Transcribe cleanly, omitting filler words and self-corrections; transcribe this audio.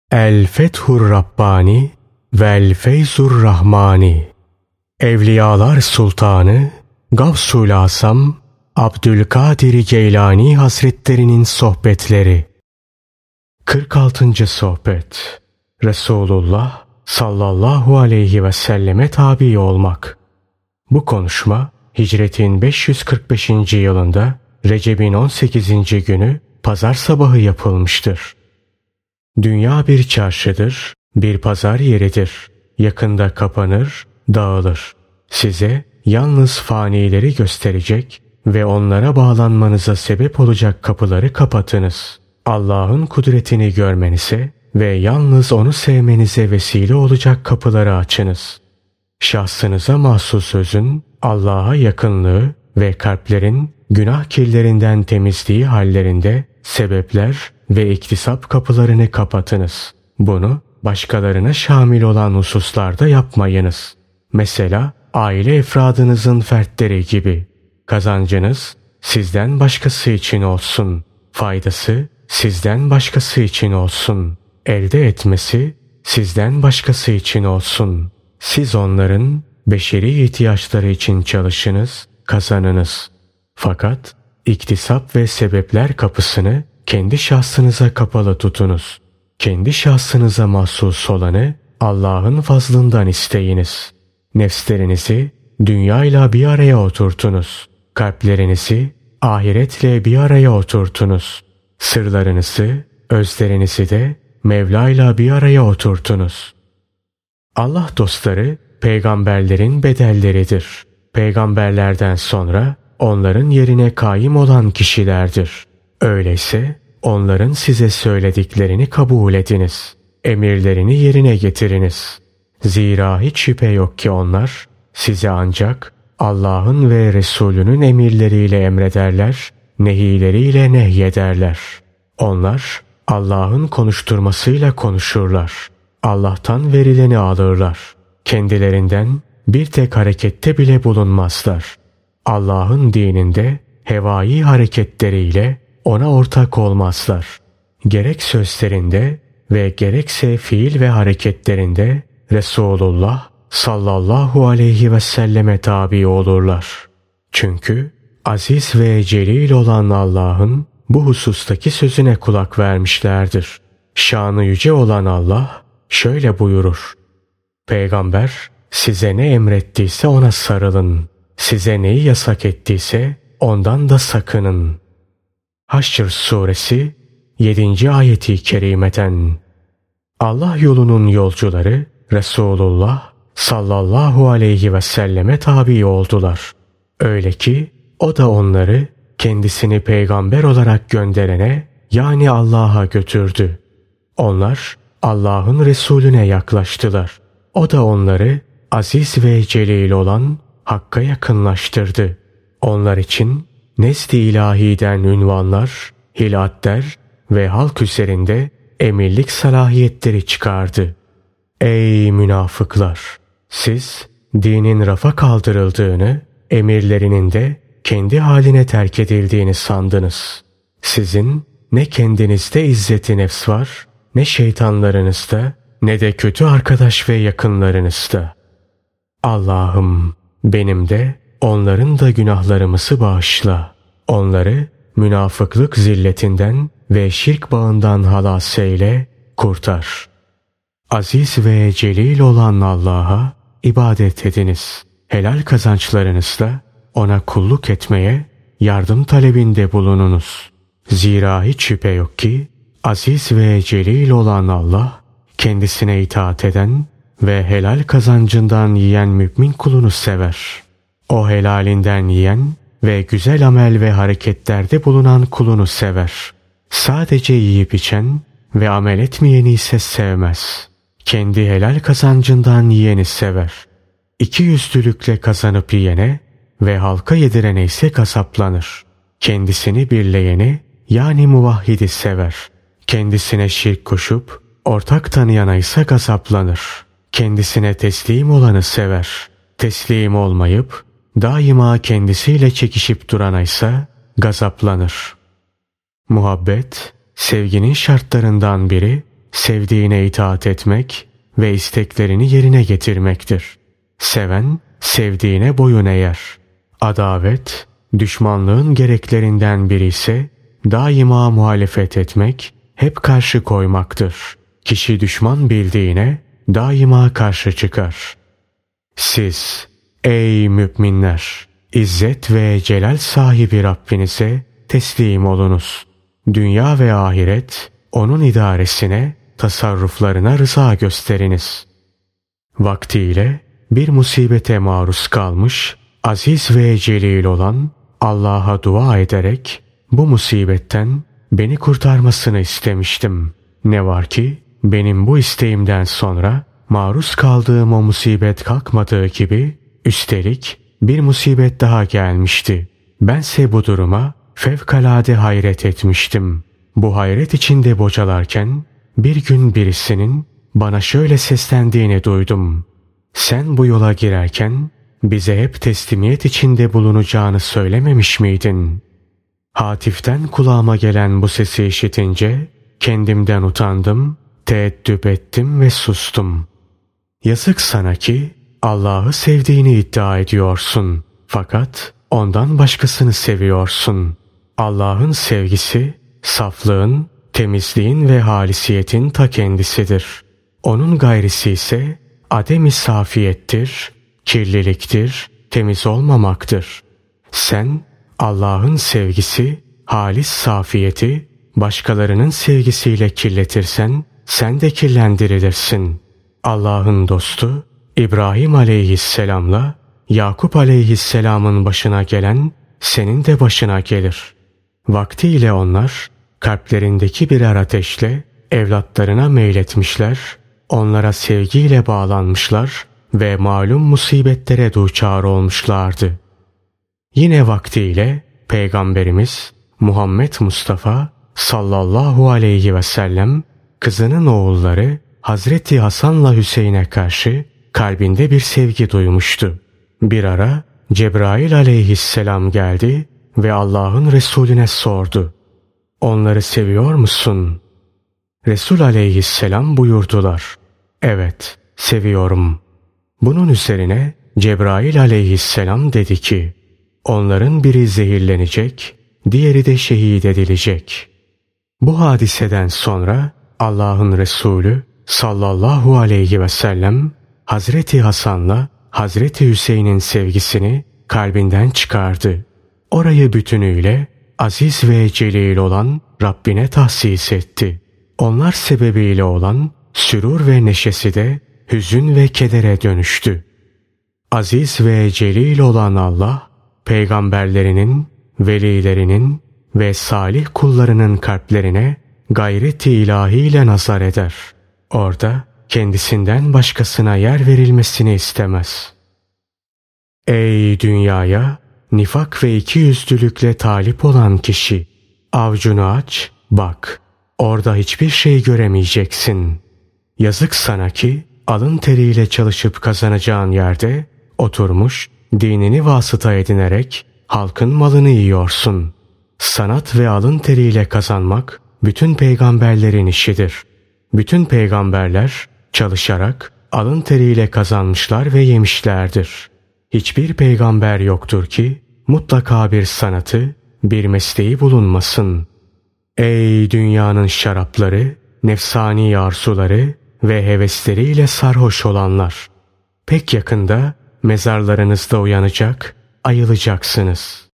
El Fethur Rabbani vel Feyzur Rahmani. Evliyalar Sultanı Gavsul Asam Abdülkadir Geylani Hazretlerinin sohbetleri. 46. sohbet. Resulullah sallallahu aleyhi ve selleme tabi olmak. Bu konuşma Hicretin 545. yılında Recep'in 18. günü pazar sabahı yapılmıştır. Dünya bir çarşıdır, bir pazar yeridir. Yakında kapanır, dağılır. Size yalnız fanileri gösterecek ve onlara bağlanmanıza sebep olacak kapıları kapatınız. Allah'ın kudretini görmenize ve yalnız onu sevmenize vesile olacak kapıları açınız. Şahsınıza mahsus sözün Allah'a yakınlığı ve kalplerin günah kirlerinden temizliği hallerinde sebepler ve iktisap kapılarını kapatınız. Bunu başkalarına şamil olan hususlarda yapmayınız. Mesela aile efradınızın fertleri gibi. Kazancınız sizden başkası için olsun. Faydası sizden başkası için olsun. Elde etmesi sizden başkası için olsun. Siz onların beşeri ihtiyaçları için çalışınız, kazanınız. Fakat iktisap ve sebepler kapısını kendi şahsınıza kapalı tutunuz. Kendi şahsınıza mahsus olanı Allah'ın fazlından isteyiniz. Nefslerinizi dünyayla bir araya oturtunuz. Kalplerinizi ahiretle bir araya oturtunuz. Sırlarınızı, özlerinizi de Mevla'yla bir araya oturtunuz. Allah dostları peygamberlerin bedelleridir. Peygamberlerden sonra onların yerine kaim olan kişilerdir. Öyleyse onların size söylediklerini kabul ediniz. Emirlerini yerine getiriniz. Zira hiç şüphe yok ki onlar size ancak Allah'ın ve Resulünün emirleriyle emrederler, nehileriyle nehyederler. Onlar Allah'ın konuşturmasıyla konuşurlar. Allah'tan verileni alırlar. Kendilerinden bir tek harekette bile bulunmazlar. Allah'ın dininde hevai hareketleriyle ona ortak olmazlar. Gerek sözlerinde ve gerekse fiil ve hareketlerinde Resulullah sallallahu aleyhi ve selleme tabi olurlar. Çünkü aziz ve celil olan Allah'ın bu husustaki sözüne kulak vermişlerdir. Şanı yüce olan Allah şöyle buyurur: Peygamber size ne emrettiyse ona sarılın. Size neyi yasak ettiyse ondan da sakının. Haşr suresi 7. ayeti kerimeten. Allah yolunun yolcuları Resulullah sallallahu aleyhi ve selleme tabi oldular. Öyle ki o da onları kendisini peygamber olarak gönderene, yani Allah'a götürdü. Onlar Allah'ın Resulüne yaklaştılar. O da onları aziz ve celil olan Hakk'a yakınlaştırdı. Onlar için nezd-i ilahiden ünvanlar, hilatler ve halk üzerinde emirlik salahiyetleri çıkardı. Ey münafıklar! Siz dinin rafa kaldırıldığını, emirlerinin de kendi haline terk edildiğini sandınız. Sizin ne kendinizde izzet-i nefs var, ne şeytanlarınızda, ne de kötü arkadaş ve yakınlarınızda. Allah'ım benim de onların da günahlarımızı bağışla. Onları münafıklık zilletinden ve şirk bağından halas eyle, kurtar. Aziz ve celil olan Allah'a ibadet ediniz. Helal kazançlarınızla ona kulluk etmeye yardım talebinde bulununuz. Zira hiç şüphe yok ki aziz ve celil olan Allah kendisine itaat eden ve helal kazancından yiyen mümin kulunu sever. O helalinden yiyen ve güzel amel ve hareketlerde bulunan kulunu sever. Sadece yiyip içen ve amel etmeyeni ise sevmez. Kendi helal kazancından yiyeni sever. İkiyüzlülükle kazanıp yiyene ve halka yedirene ise gazaplanır. Kendisini birleyeni, yani muvahhidi sever. Kendisine şirk koşup ortak tanıyana ise gazaplanır. Kendisine teslim olanı sever. Teslim olmayıp daima kendisiyle çekişip durana ise gazaplanır. Muhabbet, sevginin şartlarından biri sevdiğine itaat etmek ve isteklerini yerine getirmektir. Seven, sevdiğine boyun eğer. Adavet, düşmanlığın gereklerinden biri ise daima muhalefet etmek, hep karşı koymaktır. Kişi düşman bildiğine daima karşı çıkar. Siz, ey müminler, İzzet ve celal sahibi Rabbinize teslim olunuz. Dünya ve ahiret, onun idaresine, tasarruflarına rıza gösteriniz. Vaktiyle bir musibete maruz kalmış, aziz ve celil olan Allah'a dua ederek bu musibetten beni kurtarmasını istemiştim. Ne var ki benim bu isteğimden sonra maruz kaldığım o musibet kalkmadığı gibi üstelik bir musibet daha gelmişti. Bense bu duruma fevkalade hayret etmiştim. Bu hayret içinde bocalarken bir gün birisinin bana şöyle seslendiğini duydum. Sen bu yola girerken bize hep teslimiyet içinde bulunacağını söylememiş miydin? Hatif'ten kulağıma gelen bu sesi işitince kendimden utandım, teeddüp ettim ve sustum. Yazık sana ki Allah'ı sevdiğini iddia ediyorsun. Fakat ondan başkasını seviyorsun. Allah'ın sevgisi, saflığın, temizliğin ve halisiyetin ta kendisidir. Onun gayrisi ise adem-i safiyettir, kirliliktir, temiz olmamaktır. Sen Allah'ın sevgisi, halis safiyeti, başkalarının sevgisiyle kirletirsen sen de kirlendirilirsin. Allah'ın dostu İbrahim aleyhisselamla Yakup aleyhisselamın başına gelen senin de başına gelir. Vaktiyle onlar kalplerindeki birer ateşle evlatlarına meyletmişler, onlara sevgiyle bağlanmışlar ve malum musibetlere duçar olmuşlardı. Yine vaktiyle Peygamberimiz Muhammed Mustafa sallallahu aleyhi ve sellem kızının oğulları Hazreti Hasan'la Hüseyin'e karşı kalbinde bir sevgi duymuştu. Bir ara Cebrail aleyhisselam geldi ve Allah'ın Resulüne sordu. Onları seviyor musun? Resul aleyhisselam buyurdular. Evet, seviyorum. Bunun üzerine Cebrail aleyhisselam dedi ki, onların biri zehirlenecek, diğeri de şehit edilecek. Bu hadiseden sonra Allah'ın Resulü sallallahu aleyhi ve sellem Hazreti Hasan'la Hazreti Hüseyin'in sevgisini kalbinden çıkardı. Orayı bütünüyle aziz ve celil olan Rabbine tahsis etti. Onlar sebebiyle olan sürur ve neşesi de hüzün ve kedere dönüştü. Aziz ve celil olan Allah, peygamberlerinin, velilerinin ve salih kullarının kalplerine gayret-i ilahiyle nazar eder. Orada kendisinden başkasına yer verilmesini istemez. Ey dünyaya nifak ve ikiyüzlülükle talip olan kişi, avucunu aç, bak, orada hiçbir şey göremeyeceksin. Yazık sana ki alın teriyle çalışıp kazanacağın yerde oturmuş dinini vasıta edinerek halkın malını yiyorsun. Sanat ve alın teriyle kazanmak bütün peygamberlerin işidir. Bütün peygamberler çalışarak alın teriyle kazanmışlar ve yemişlerdir. Hiçbir peygamber yoktur ki mutlaka bir sanatı, bir mesleği bulunmasın. Ey dünyanın şarapları, nefsani arzuları ve hevesleriyle sarhoş olanlar! Pek yakında mezarlarınızda uyanacak, ayılacaksınız.